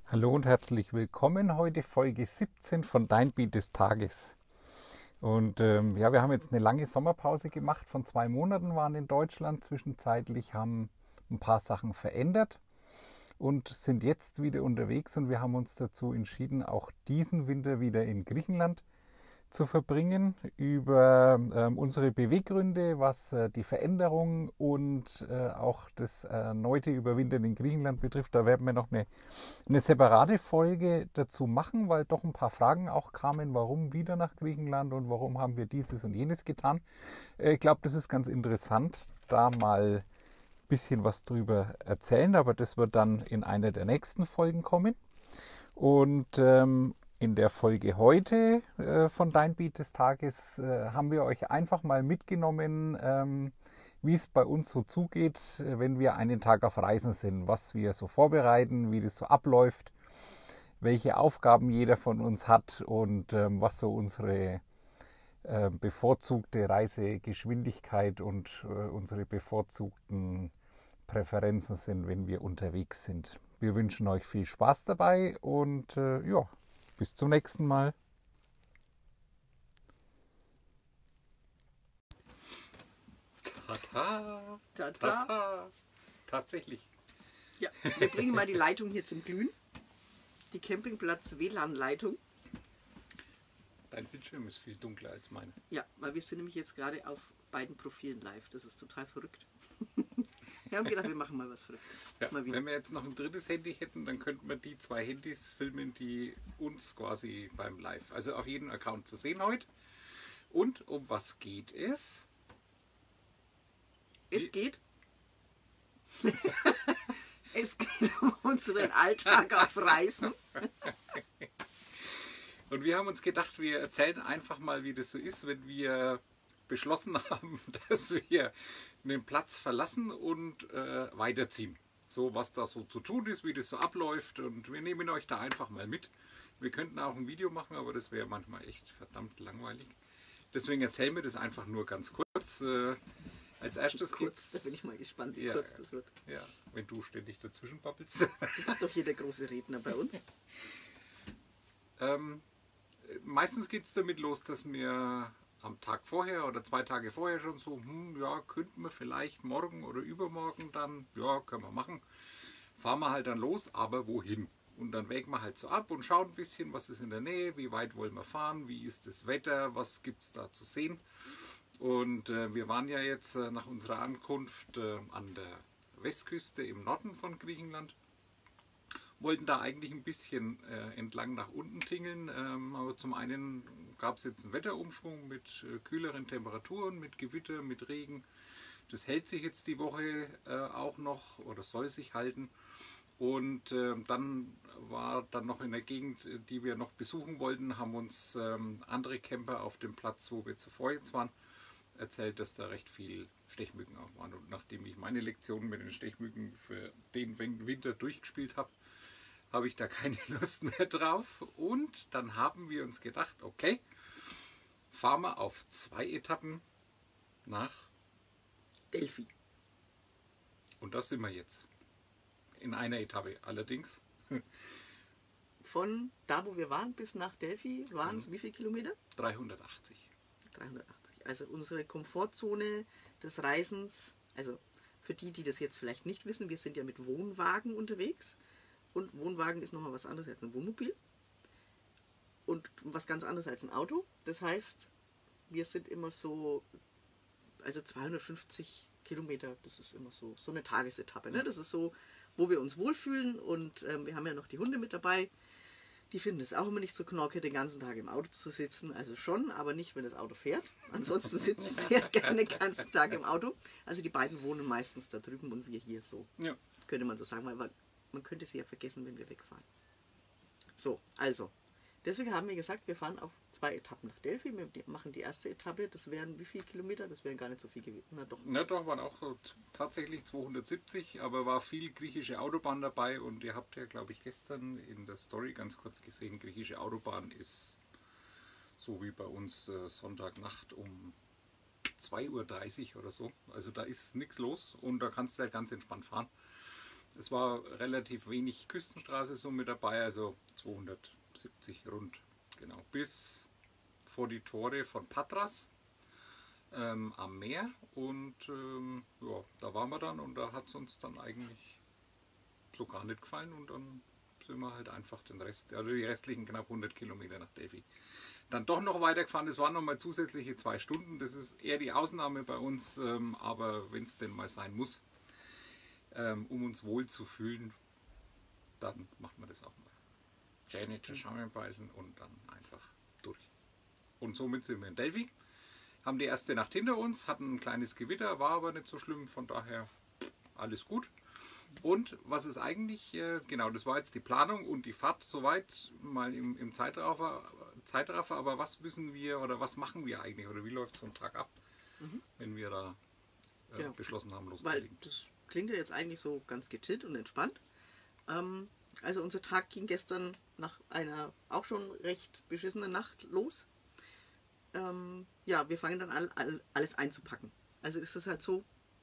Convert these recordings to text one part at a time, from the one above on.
Hallo und herzlich willkommen. Heute Folge 17 von Dein Beat des Tages. Und ja, wir haben jetzt eine lange Sommerpause gemacht. Von 2 Monaten waren in Deutschland. Zwischenzeitlich haben ein paar Sachen verändert und sind jetzt wieder unterwegs. Und wir haben uns dazu entschieden, auch diesen Winter wieder in Griechenland zu verbringen, über unsere Beweggründe, was die Veränderung und auch das erneute Überwintern in Griechenland betrifft. Da werden wir noch eine separate Folge dazu machen, weil doch ein paar Fragen auch kamen, warum wieder nach Griechenland und warum haben wir dieses und jenes getan. Ich glaube, das ist ganz interessant, da mal ein bisschen was drüber erzählen, aber das wird dann in einer der nächsten Folgen kommen. Und in der Folge heute von Dein Beat des Tages haben wir euch einfach mal mitgenommen, wie es bei uns so zugeht, wenn wir einen Tag auf Reisen sind, was wir so vorbereiten, wie das so abläuft, welche Aufgaben jeder von uns hat und was so unsere bevorzugte Reisegeschwindigkeit und unsere bevorzugten Präferenzen sind, wenn wir unterwegs sind. Wir wünschen euch viel Spaß dabei und ja, bis zum nächsten Mal. Tata, Tata. tata, tatsächlich. Ja, wir bringen mal die Leitung hier zum Glühen. Die Campingplatz-WLAN-Leitung. Dein Bildschirm ist viel dunkler als meine. Ja, weil wir sind nämlich jetzt gerade auf beiden Profilen live. Das ist total verrückt. Wir haben gedacht, wir machen mal was Verrücktes. Ja, Mal wieder. wenn wir jetzt noch ein drittes Handy hätten, dann könnten wir die 2 Handys filmen, die uns quasi beim Live, also auf jedem Account zu sehen heute. Und um was geht es? Es geht. Es geht um unseren Alltag auf Reisen. Und wir haben uns gedacht, wir erzählen einfach mal, wie das so ist, wenn wir beschlossen haben, dass wir den Platz verlassen und weiterziehen. So, was da so zu tun ist, wie das so abläuft. Und wir nehmen euch da einfach mal mit. Wir könnten auch ein Video machen, aber das wäre manchmal echt verdammt langweilig. Deswegen erzählen wir das einfach nur ganz kurz. Als erstes Kurz, da geht's. bin ich mal gespannt, wie Ja, kurz das wird. Ja, wenn du ständig dazwischen babbelst. Du bist doch hier der große Redner bei uns. Meistens geht es damit los, dass wir am Tag vorher oder 2 Tage vorher schon so, ja, könnten wir vielleicht morgen oder übermorgen dann, ja, können wir machen. Fahren wir halt dann los, aber wohin? Und dann wägen wir halt so ab und schauen ein bisschen, was ist in der Nähe, wie weit wollen wir fahren, wie ist das Wetter, was gibt es da zu sehen. Und wir waren ja jetzt nach unserer Ankunft an der Westküste im Norden von Griechenland. Wollten da eigentlich ein bisschen entlang nach unten tingeln, aber zum einen gab es jetzt einen Wetterumschwung mit kühleren Temperaturen, mit Gewitter, mit Regen. Das hält sich jetzt die Woche auch noch oder soll sich halten. Und dann war dann noch in der Gegend, die wir noch besuchen wollten, haben uns andere Camper auf dem Platz, wo wir zuvor jetzt waren, erzählt, dass da recht viel Stechmücken auch waren. Und nachdem ich meine Lektionen mit den Stechmücken für den Winter durchgespielt habe, habe ich da keine Lust mehr drauf. Und dann haben wir uns gedacht, okay, fahren wir auf 2 Etappen nach Delphi. Und das sind wir jetzt. In einer Etappe allerdings. Von da, wo wir waren, bis nach Delphi waren es wie viele Kilometer? 380. 380. Also unsere Komfortzone des Reisens, also für die, die das jetzt vielleicht nicht wissen, wir sind ja mit Wohnwagen unterwegs. Und Wohnwagen ist nochmal was anderes als ein Wohnmobil. Und was ganz anderes als ein Auto. Das heißt, wir sind immer so, also 250 Kilometer, das ist immer so eine Tagesetappe. Ne? Das ist so, wo wir uns wohlfühlen. Und wir haben ja noch die Hunde mit dabei. Die finden es auch immer nicht so knorke, den ganzen Tag im Auto zu sitzen. Also schon, aber nicht, wenn das Auto fährt. Ansonsten sitzen sie ja gerne den ganzen Tag im Auto. Also die beiden wohnen meistens da drüben und wir hier so. Ja. Könnte man so sagen, weil man könnte sie ja vergessen, wenn wir wegfahren. So, also. Deswegen haben wir gesagt, wir fahren auf 2 Etappen nach Delphi. Wir machen die erste Etappe. Das wären wie viele Kilometer? Das wären gar nicht so viel gewesen. Na doch. Na doch, waren auch so tatsächlich 270, aber war viel griechische Autobahn dabei und ihr habt ja, glaube ich, gestern in der Story ganz kurz gesehen, griechische Autobahn ist so wie bei uns Sonntagnacht um 2:30 Uhr oder so. Also da ist nichts los und da kannst du halt ganz entspannt fahren. Es war relativ wenig Küstenstraße so mit dabei, also 270 rund, genau, bis vor die Tore von Patras am Meer. Und ja, da waren wir dann und da hat es uns dann eigentlich so gar nicht gefallen und dann sind wir halt einfach den Rest, also die restlichen knapp 100 Kilometer nach Delphi dann doch noch weitergefahren. Es waren nochmal zusätzliche 2 Stunden. Das ist eher die Ausnahme bei uns, aber wenn es denn mal sein muss, um uns wohl zu fühlen, dann macht man das auch mal. Zähne zusammenbeißen und dann einfach durch. Und somit sind wir in Delphi, haben die erste Nacht hinter uns, hatten ein kleines Gewitter, war aber nicht so schlimm, von daher alles gut. Und was ist eigentlich, genau, das war jetzt die Planung und die Fahrt soweit mal im Zeitraffer, aber was müssen wir oder was machen wir eigentlich oder wie läuft so ein Tag ab, wenn wir da Genau. beschlossen haben Weil loszulegen? das klingt ja jetzt eigentlich so ganz gechillt und entspannt. Also unser Tag ging gestern nach einer auch schon recht beschissenen Nacht los. Ja, wir fangen dann alles einzupacken. Also ist das halt so,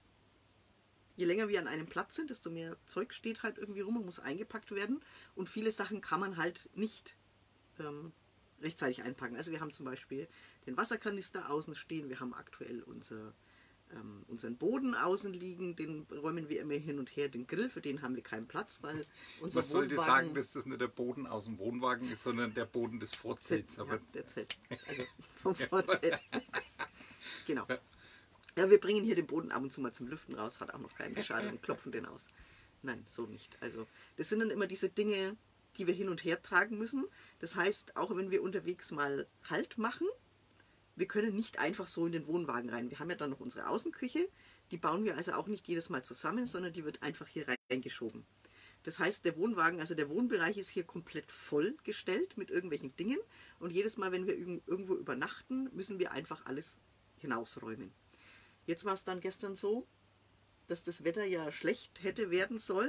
je länger wir an einem Platz sind, desto mehr Zeug steht halt irgendwie rum und muss eingepackt werden. Und viele Sachen kann man halt nicht rechtzeitig einpacken. Also wir haben zum Beispiel den Wasserkanister außen stehen, wir haben aktuell unseren Boden außen liegen, den räumen wir immer hin und her. Den Grill, für den haben wir keinen Platz, weil unser Was sollte Wohnwagen, sagen, dass das nicht der Boden aus dem Wohnwagen ist, sondern der Boden des Vorzelts. Aber ja, der Zelt. Also vom Vorzelt. Genau. Ja, wir bringen hier den Boden ab und zu mal zum Lüften raus, hat auch noch keinen geschadet und klopfen den aus. Nein, so nicht. Also das sind dann immer diese Dinge, die wir hin und her tragen müssen. Das heißt, auch wenn wir unterwegs mal Halt machen, wir können nicht einfach so in den Wohnwagen rein. Wir haben ja dann noch unsere Außenküche, die bauen wir also auch nicht jedes Mal zusammen, sondern die wird einfach hier reingeschoben. Das heißt, der Wohnwagen, also der Wohnbereich ist hier komplett vollgestellt mit irgendwelchen Dingen und jedes Mal, wenn wir irgendwo übernachten, müssen wir einfach alles hinausräumen. Jetzt war es dann gestern so, dass das Wetter ja schlecht hätte werden sollen.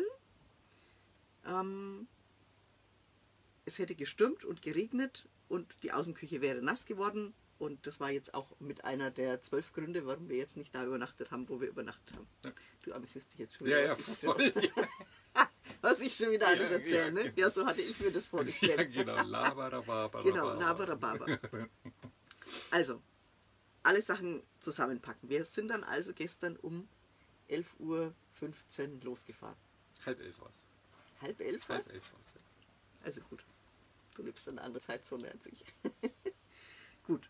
Es hätte gestürmt und geregnet und die Außenküche wäre nass geworden. Und das war jetzt auch mit einer der 12 Gründe, warum wir jetzt nicht da übernachtet haben, wo wir übernachtet haben. Ja. Du amüsierst dich jetzt schon wieder. Ja, ja, voll. Was ich schon wieder alles erzähle, ja, ne? genau. Ja, so hatte ich mir das Ja, vorgestellt. genau. Labarababa. Genau, Laberababa. Also, alle Sachen zusammenpacken. Wir sind dann also gestern um 11:15 Uhr losgefahren. 10:30 war es. Halb 11 war's? 10:30 war es, ja. Also gut, du lebst in einer anderen Zeitzone als ich. Gut.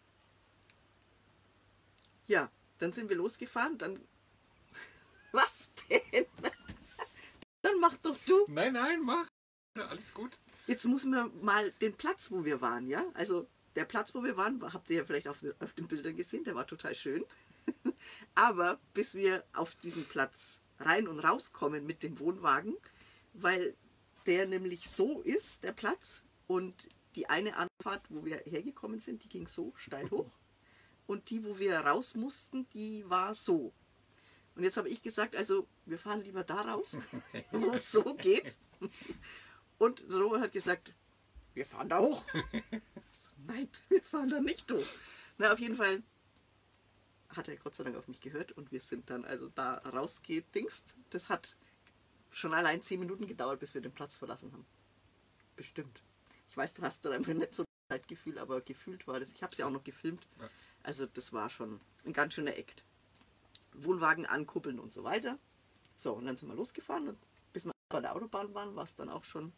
Ja, dann sind wir losgefahren, dann... Was denn? Dann mach doch du. Nein, nein, mach. Ja, alles gut. Jetzt müssen wir mal den Platz, wo wir waren, ja? Also der Platz, wo wir waren, habt ihr ja vielleicht auf den Bildern gesehen, der war total schön. Aber bis wir auf diesen Platz rein und rauskommen mit dem Wohnwagen, weil der nämlich so ist, der Platz, und die eine Anfahrt, wo wir hergekommen sind, die ging so steil hoch. Und die, wo wir raus mussten, die war so. Und jetzt habe ich gesagt, also wir fahren lieber da raus, wo es so geht. Und Robert hat gesagt, wir fahren da hoch. Ich so, nein, wir fahren da nicht hoch. Na, auf jeden Fall hat er Gott sei Dank auf mich gehört und wir sind dann also da rausgedingst. Das hat schon allein 10 Minuten gedauert, bis wir den Platz verlassen haben. Bestimmt. Ich weiß, du hast da einfach nicht so ein Zeitgefühl, aber gefühlt war das. Ich habe es ja auch noch gefilmt. Ja. Also das war schon ein ganz schöner Act. Wohnwagen ankuppeln und so weiter. So, und dann sind wir losgefahren und bis wir bei der Autobahn waren, war es dann auch schon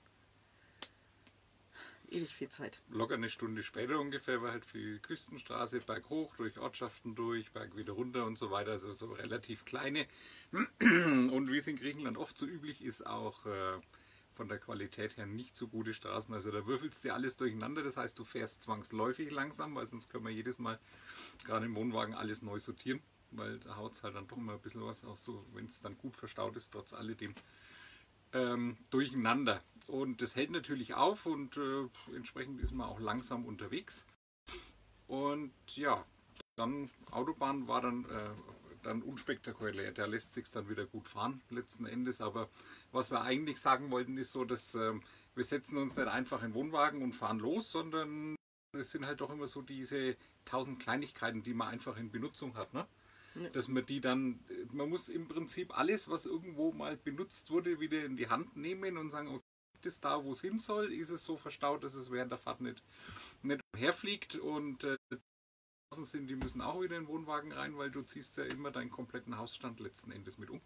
ewig viel Zeit. Locker eine Stunde später ungefähr war halt viel Küstenstraße, berghoch, durch Ortschaften durch, berg wieder runter und so weiter. Also so relativ kleine. Und wie es in Griechenland oft so üblich ist, auch von der Qualität her nicht so gute Straßen. Also da würfelst du alles durcheinander. Das heißt, du fährst zwangsläufig langsam, weil sonst können wir jedes Mal, gerade im Wohnwagen, alles neu sortieren. Weil da haut es halt dann doch immer ein bisschen was, auch so, wenn es dann gut verstaut ist, trotz alledem durcheinander. Und das hält natürlich auf und entsprechend ist man auch langsam unterwegs. Und ja, dann Autobahn war dann unspektakulär. Da lässt sich dann wieder gut fahren, letzten Endes. Aber was wir eigentlich sagen wollten, ist so, dass wir setzen uns nicht einfach in den Wohnwagen und fahren los, sondern es sind halt doch immer so diese 1000 Kleinigkeiten, die man einfach in Benutzung hat. Ne? dass man die dann, man muss im Prinzip alles, was irgendwo mal benutzt wurde, wieder in die Hand nehmen und sagen, okay, ist es da, wo es hin soll, ist es so verstaut, dass es während der Fahrt nicht umherfliegt und sind, die müssen auch wieder in den Wohnwagen rein, weil du ziehst ja immer deinen kompletten Hausstand letzten Endes mit um.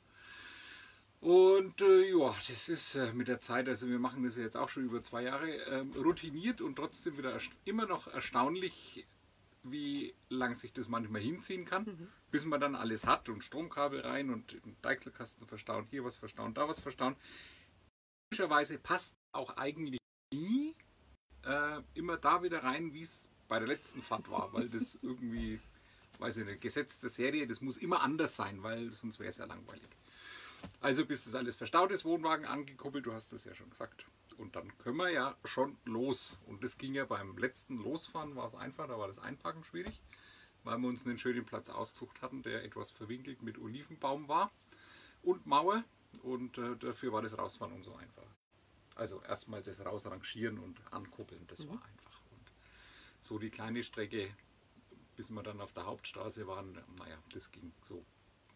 Und ja, das ist mit der Zeit, also wir machen das ja jetzt auch schon über 2 Jahre, routiniert und trotzdem wieder immer noch erstaunlich, wie lang sich das manchmal hinziehen kann, bis man dann alles hat und Stromkabel rein und Deichselkasten verstauen, hier was verstauen, da was verstauen. Typischerweise passt auch eigentlich nie immer da wieder rein, wie es bei der letzten Fahrt war, weil das irgendwie, weiß ich nicht, Gesetz der Serie, das muss immer anders sein, weil sonst wäre es ja langweilig. Also bis das alles verstaut ist, Wohnwagen angekuppelt, du hast das ja schon gesagt. Und dann können wir ja schon los. Und das ging ja beim letzten Losfahren, war es einfach, da war das Einparken schwierig, weil wir uns einen schönen Platz ausgesucht hatten, der etwas verwinkelt mit Olivenbaum war und Mauer. Und dafür war das Rausfahren umso einfacher. Also erstmal das Rausrangieren und Ankuppeln, das war einfach. Und so die kleine Strecke, bis wir dann auf der Hauptstraße waren, naja, das ging so.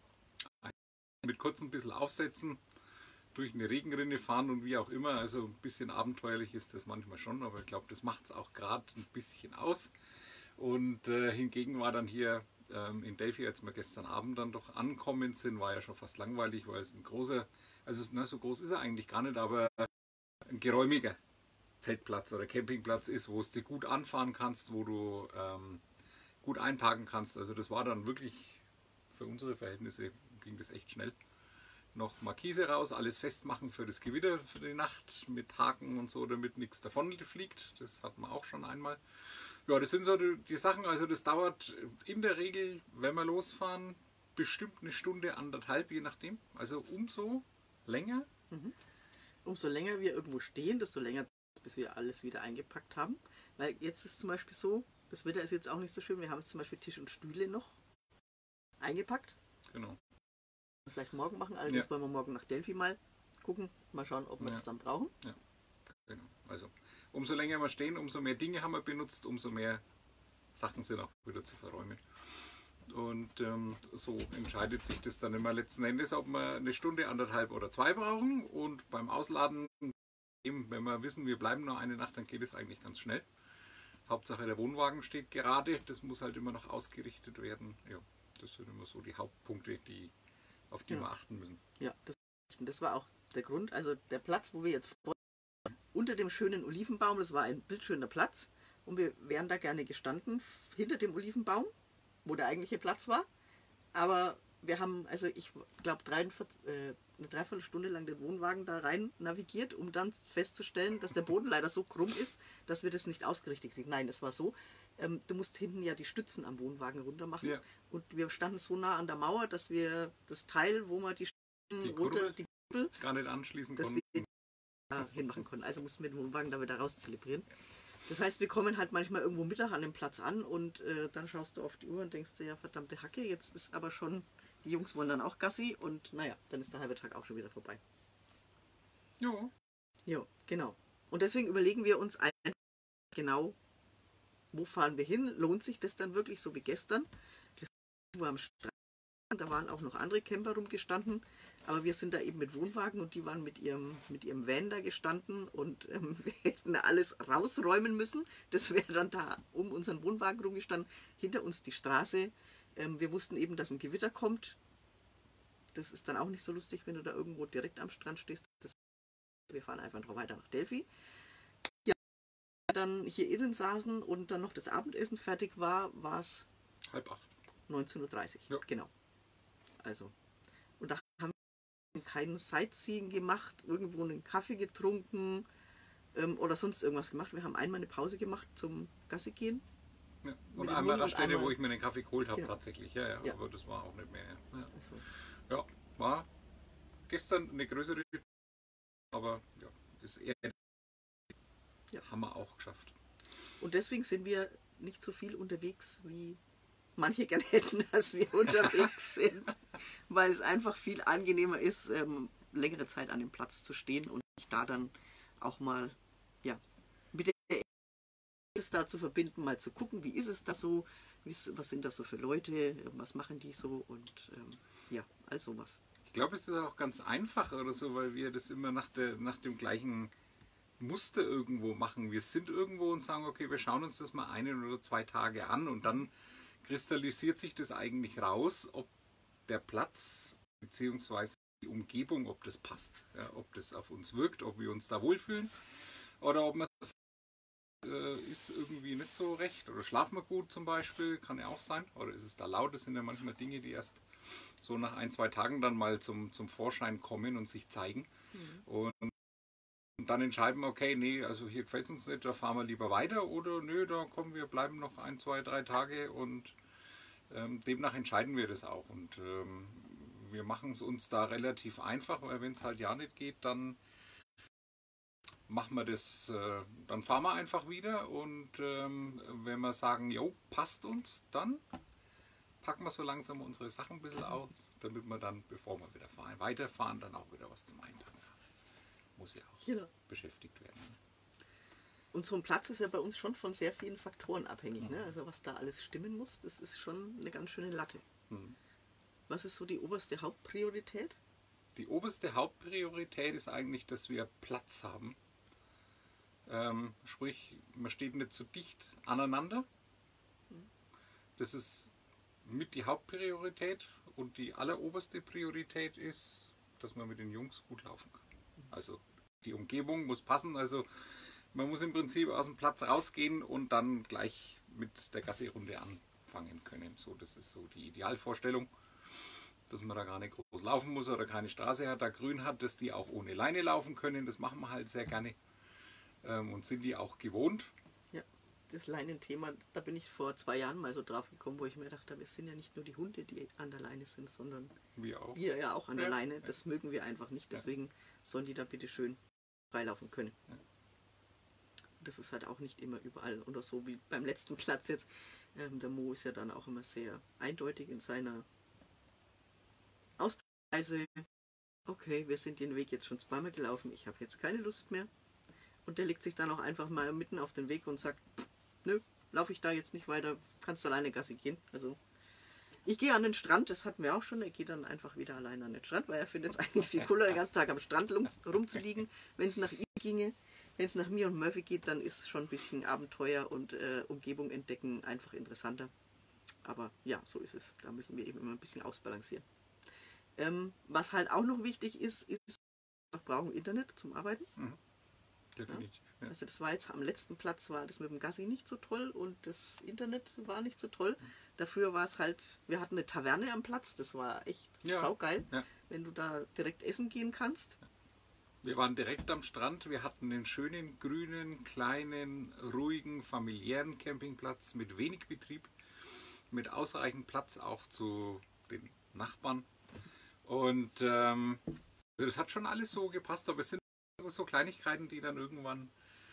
Mit kurz ein bisschen aufsetzen, durch eine Regenrinne fahren und wie auch immer. Also ein bisschen abenteuerlich ist das manchmal schon, aber ich glaube, das macht es auch gerade ein bisschen aus. Und hingegen war dann hier in Delphi, als wir gestern Abend dann doch angekommen sind, war ja schon fast langweilig, weil es ein großer, also so groß ist er eigentlich gar nicht, aber ein geräumiger Zeltplatz oder Campingplatz ist, wo es dir gut anfahren kannst, wo du gut einparken kannst. Also das war dann wirklich für unsere Verhältnisse ging das echt schnell. Noch Markise raus, alles festmachen für das Gewitter für die Nacht mit Haken und so, damit nichts davon fliegt. Das hatten wir auch schon einmal. Ja, das sind so die Sachen, also das dauert in der Regel, wenn wir losfahren, bestimmt 1 Stunde, 1,5, je nachdem. Also umso länger. Umso länger wir irgendwo stehen, desto länger, bis wir alles wieder eingepackt haben. Weil jetzt ist zum Beispiel so, das Wetter ist jetzt auch nicht so schön, wir haben jetzt zum Beispiel Tisch und Stühle noch eingepackt. Genau. Vielleicht morgen machen, allerdings wollen wir morgen nach Delphi mal gucken, mal schauen, ob wir das dann brauchen. Ja, genau. Also umso länger wir stehen, umso mehr Dinge haben wir benutzt, umso mehr Sachen sind auch wieder zu verräumen. Und so entscheidet sich das dann immer letzten Endes, ob wir 1 Stunde, 1,5 oder 2 brauchen. Und beim Ausladen, eben, wenn wir wissen, wir bleiben nur eine Nacht, dann geht es eigentlich ganz schnell. Hauptsache der Wohnwagen steht gerade, das muss halt immer noch ausgerichtet werden. Ja, das sind immer so die Hauptpunkte, auf die wir achten müssen. Ja, das war auch der Grund. Also der Platz, wo wir jetzt unter dem schönen Olivenbaum, das war ein bildschöner Platz und wir wären da gerne gestanden, hinter dem Olivenbaum, wo der eigentliche Platz war. Aber wir haben, also ich glaube, eine Dreiviertelstunde lang den Wohnwagen da rein navigiert, um dann festzustellen, dass der Boden leider so krumm ist, dass wir das nicht ausgerichtet kriegen. Nein, das war so. Du musst hinten ja die Stützen am Wohnwagen runter machen. Ja. Und wir standen so nah an der Mauer, dass wir das Teil, wo wir die Kurbel gar nicht anschließen konnten, hinmachen konnten. Also mussten wir den Wohnwagen da wieder rauszelebrieren. Das heißt, wir kommen halt manchmal irgendwo Mittag an dem Platz an und dann schaust du auf die Uhr und denkst dir, ja verdammte Hacke, jetzt ist aber schon, die Jungs wollen dann auch Gassi und naja, dann ist der halbe Tag auch schon wieder vorbei. Jo. Ja, genau. Und deswegen überlegen wir uns einfach genau, wo fahren wir hin? Lohnt sich das dann wirklich so wie gestern? Das war am Strand, da waren auch noch andere Camper rumgestanden, aber wir sind da eben mit Wohnwagen und die waren mit ihrem Van da gestanden und wir hätten da alles rausräumen müssen. Das wäre dann da um unseren Wohnwagen rumgestanden, hinter uns die Straße. Wir wussten eben, dass ein Gewitter kommt. Das ist dann auch nicht so lustig, wenn du da irgendwo direkt am Strand stehst. Wir fahren einfach noch weiter nach Delphi. Ja, dann hier innen saßen und dann noch das Abendessen fertig war, war es 7:30. 19:30 Uhr. Ja. Genau. Also, und da haben wir keinen Sightseeing gemacht, irgendwo einen Kaffee getrunken oder sonst irgendwas gemacht. Wir haben einmal eine Pause gemacht zum Gassi gehen. Ja. Und einmal an der Stelle, wo ich mir den Kaffee geholt habe, tatsächlich. Ja, aber das war auch nicht mehr. Ja, also. Ja, war gestern eine größere, aber ja, das haben wir auch geschafft. Und deswegen sind wir nicht so viel unterwegs, wie manche gerne hätten, dass wir unterwegs sind, weil es einfach viel angenehmer ist, längere Zeit an dem Platz zu stehen und sich da dann auch mal mit der es da zu verbinden, mal zu gucken, wie ist es da so, was sind das so für Leute, was machen die so und ja, all sowas. Ich glaube, es ist auch ganz einfach oder so, weil wir das immer nach dem gleichen Muster irgendwo machen. Wir sind irgendwo und sagen, okay, wir schauen uns das mal 1 oder 2 Tage an und dann kristallisiert sich das eigentlich raus, ob der Platz bzw. die Umgebung, ob das passt, ja, ob das auf uns wirkt, ob wir uns da wohlfühlen oder ob man ist irgendwie nicht so recht oder schlafen wir gut zum Beispiel, kann ja auch sein, oder ist es da laut, das sind ja manchmal Dinge, die erst so nach 1, 2 Tagen dann mal zum Vorschein kommen und sich zeigen. Und dann entscheiden wir, okay, nee, also hier gefällt es uns nicht, da fahren wir lieber weiter oder nö, da kommen wir, bleiben noch 1, 2, 3 Tage und demnach entscheiden wir das auch. Und wir machen es uns da relativ einfach, weil wenn es halt ja nicht geht, dann machen wir das, dann fahren wir einfach wieder und wenn wir sagen, jo, passt uns, dann packen wir so langsam unsere Sachen ein bisschen aus, damit wir dann, bevor wir wieder weiterfahren, dann auch wieder was zum Einpacken haben. Muss ja auch beschäftigt werden. Und so ein Platz ist ja bei uns schon von sehr vielen Faktoren abhängig. Ne? Also was da alles stimmen muss, das ist schon eine ganz schöne Latte. Was ist so die oberste Hauptpriorität? Die oberste Hauptpriorität ist eigentlich, dass wir Platz haben. Sprich, man steht nicht zu dicht aneinander. Das ist mit die Hauptpriorität und die alleroberste Priorität ist, dass man mit den Jungs gut laufen kann. Also die Umgebung muss passen. Also man muss im Prinzip aus dem Platz rausgehen und dann gleich mit der Gassi-Runde anfangen können. So, das ist so die Idealvorstellung, dass man da gar nicht groß laufen muss oder keine Straße hat, da grün hat, dass die auch ohne Leine laufen können. Das machen wir halt sehr gerne und sind die auch gewohnt. Ja, das Leinenthema, da bin ich vor 2 Jahren mal so drauf gekommen, wo ich mir dachte, es sind ja nicht nur die Hunde, die an der Leine sind, sondern wir ja auch an der Leine. Das mögen wir einfach nicht, deswegen sollen die da bitte schön freilaufen können. Das ist halt auch nicht immer überall oder so wie beim letzten Platz jetzt. Der Mo ist ja dann auch immer sehr eindeutig in seiner Ausdrucksweise. Okay, wir sind den Weg jetzt schon 2-mal gelaufen, ich habe jetzt keine Lust mehr. Und der legt sich dann auch einfach mal mitten auf den Weg und sagt, nö, laufe ich da jetzt nicht weiter, kannst alleine Gassi gehen. Also ich gehe an den Strand, das hatten wir auch schon, er geht dann einfach wieder alleine an den Strand, weil er findet es eigentlich viel cooler, den ganzen Tag am Strand rumzuliegen, wenn es nach ihm ginge. Wenn es nach mir und Murphy geht, dann ist es schon ein bisschen Abenteuer und Umgebung entdecken einfach interessanter. Aber ja, so ist es. Da müssen wir eben immer ein bisschen ausbalancieren. Was halt auch noch wichtig ist, wir brauchen Internet zum Arbeiten. Definitiv. Ja. Also das war jetzt am letzten Platz, war das mit dem Gassi nicht so toll und das Internet war nicht so toll. Dafür war es halt, wir hatten eine Taverne am Platz, das war echt saugeil, wenn du da direkt essen gehen kannst. Wir waren direkt am Strand, wir hatten einen schönen, grünen, kleinen, ruhigen, familiären Campingplatz mit wenig Betrieb, mit ausreichend Platz auch zu den Nachbarn. Und das hat schon alles so gepasst, aber es sind so Kleinigkeiten, die dann irgendwann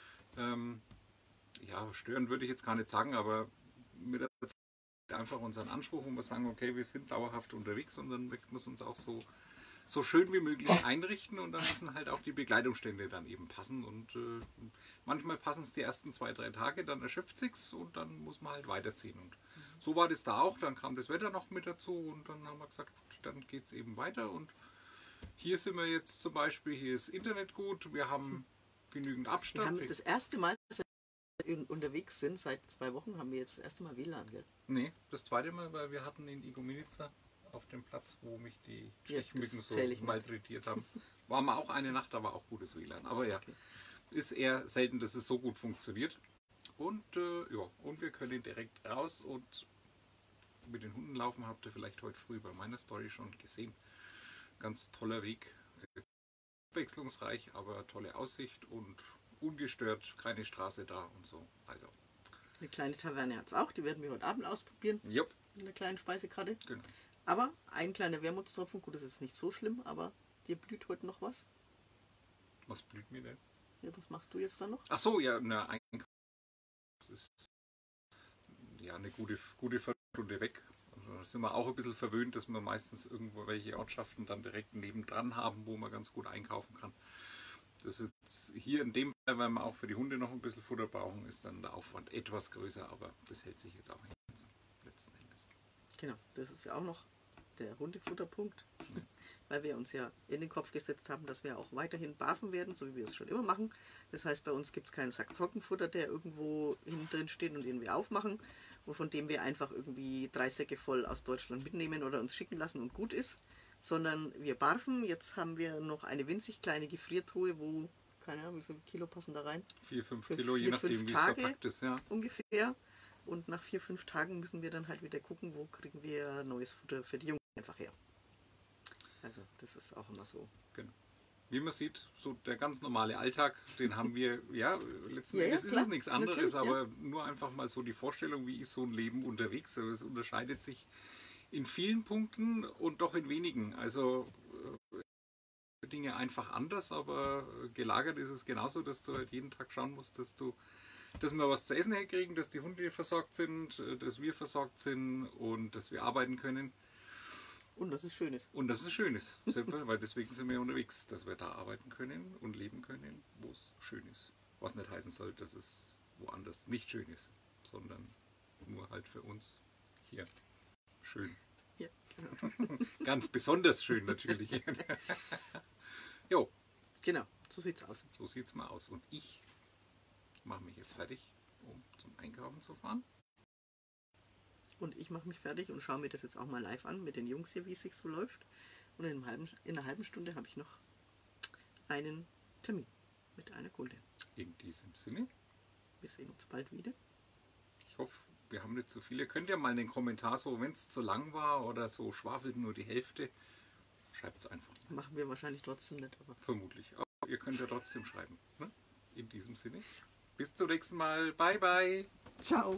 stören würde ich jetzt gar nicht sagen, aber mit der Zeit einfach unseren Anspruch, wo wir sagen, okay, wir sind dauerhaft unterwegs und dann möchten wir es uns auch so schön wie möglich einrichten und dann müssen halt auch die Begleitumstände dann eben passen und manchmal passen es die ersten 2, 3 Tage, dann erschöpft sich's und dann muss man halt weiterziehen und so war das da auch, dann kam das Wetter noch mit dazu und dann haben wir gesagt, gut, dann geht es eben weiter und hier sind wir jetzt zum Beispiel, hier ist Internet gut, wir haben genügend Abstand. Wir haben das erste Mal, dass wir unterwegs sind, seit 2 Wochen haben wir jetzt das erste Mal WLAN, gell? Nee, das zweite Mal, weil wir hatten in Igominica auf dem Platz, wo mich die Stechmücken so malträtiert haben. War mal auch eine Nacht, da war auch gutes WLAN. Aber ja, ist eher selten, dass es so gut funktioniert. Und und wir können direkt raus und mit den Hunden laufen, habt ihr vielleicht heute früh bei meiner Story schon gesehen. Ganz toller Weg, abwechslungsreich, aber tolle Aussicht und ungestört, keine Straße da und so. Also eine kleine Taverne hat es auch, die werden wir heute Abend ausprobieren. Jupp. In der kleinen Speisekarte. Genau. Aber ein kleiner Wermutstropfen, gut, das ist nicht so schlimm, aber dir blüht heute noch was. Was blüht mir denn? Ja, was machst du jetzt dann noch? Ach so, ja, das ist ja eine gute Viertelstunde weg. Also da sind wir auch ein bisschen verwöhnt, dass wir meistens irgendwo welche Ortschaften dann direkt nebendran haben, wo man ganz gut einkaufen kann. Das ist hier in dem Fall, weil wir auch für die Hunde noch ein bisschen Futter brauchen, ist dann der Aufwand etwas größer, aber das hält sich jetzt auch in Grenzen, letzten Endes. Genau, das ist ja auch noch der Hundefutterpunkt, weil wir uns ja in den Kopf gesetzt haben, dass wir auch weiterhin barfen werden, so wie wir es schon immer machen. Das heißt, bei uns gibt es keinen Sack Trockenfutter, der irgendwo hinten drin steht und den wir aufmachen und von dem wir einfach irgendwie 3 Säcke voll aus Deutschland mitnehmen oder uns schicken lassen und gut ist, sondern wir barfen. Jetzt haben wir noch eine winzig kleine Gefriertruhe, wo, keine Ahnung, wie viel Kilo passen da rein? 4-5 Für Kilo, je 4-5 nachdem, wie es Tage verpackt ist. Ja. ungefähr. Und nach 4-5 Tagen müssen wir dann halt wieder gucken, wo kriegen wir neues Futter für die Jungen einfach her. Also das ist auch immer so. Genau. Wie man sieht, so der ganz normale Alltag, den haben wir, ja, letzten Ja, Endes ist klar, es nichts anderes, natürlich, aber nur einfach mal so die Vorstellung, wie ist so ein Leben unterwegs. Also es unterscheidet sich in vielen Punkten und doch in wenigen. Also Dinge einfach anders, aber gelagert ist es genauso, dass du halt jeden Tag schauen musst, dass wir was zu essen herkriegen, dass die Hunde versorgt sind, dass wir versorgt sind und dass wir arbeiten können. Und das ist Schönes. Und das ist Schönes, weil deswegen sind wir unterwegs, dass wir da arbeiten können und leben können, wo es schön ist. Was nicht heißen soll, dass es woanders nicht schön ist, sondern nur halt für uns hier schön. Ja, genau. Ganz besonders schön natürlich. Jo. Genau, so sieht's aus. So sieht's mal aus. Und ich mache mich jetzt fertig, um zum Einkaufen zu fahren. Und ich mache mich fertig und schaue mir das jetzt auch mal live an mit den Jungs hier, wie es sich so läuft. Und in einer halben Stunde habe ich noch einen Termin mit einer Kundin. In diesem Sinne. Wir sehen uns bald wieder. Ich hoffe, wir haben nicht zu viele. Ihr könnt ja mal in den Kommentar so, wenn es zu lang war oder so schwafelt nur die Hälfte, schreibt es einfach. Machen wir wahrscheinlich trotzdem nicht, aber Vermutlich. Aber ihr könnt ja trotzdem schreiben. Ne? In diesem Sinne. Bis zum nächsten Mal. Bye, bye. ciao!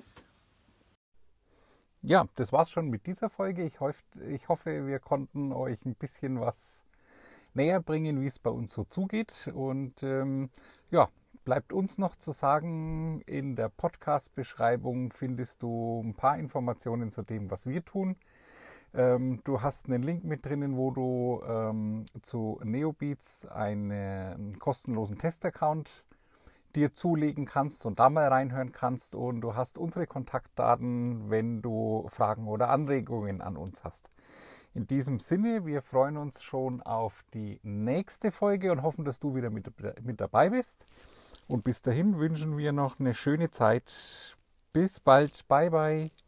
Ja, das war's schon mit dieser Folge. Ich hoffe, wir konnten euch ein bisschen was näher bringen, wie es bei uns so zugeht. Und ja, bleibt uns noch zu sagen, in der Podcast-Beschreibung findest du ein paar Informationen zu dem, was wir tun. Du hast einen Link mit drinnen, wo du zu Neobeats einen kostenlosen Testaccount dir zulegen kannst und da mal reinhören kannst. Und du hast unsere Kontaktdaten, wenn du Fragen oder Anregungen an uns hast. In diesem Sinne, wir freuen uns schon auf die nächste Folge und hoffen, dass du wieder mit dabei bist. Und bis dahin wünschen wir noch eine schöne Zeit. Bis bald. Bye, bye.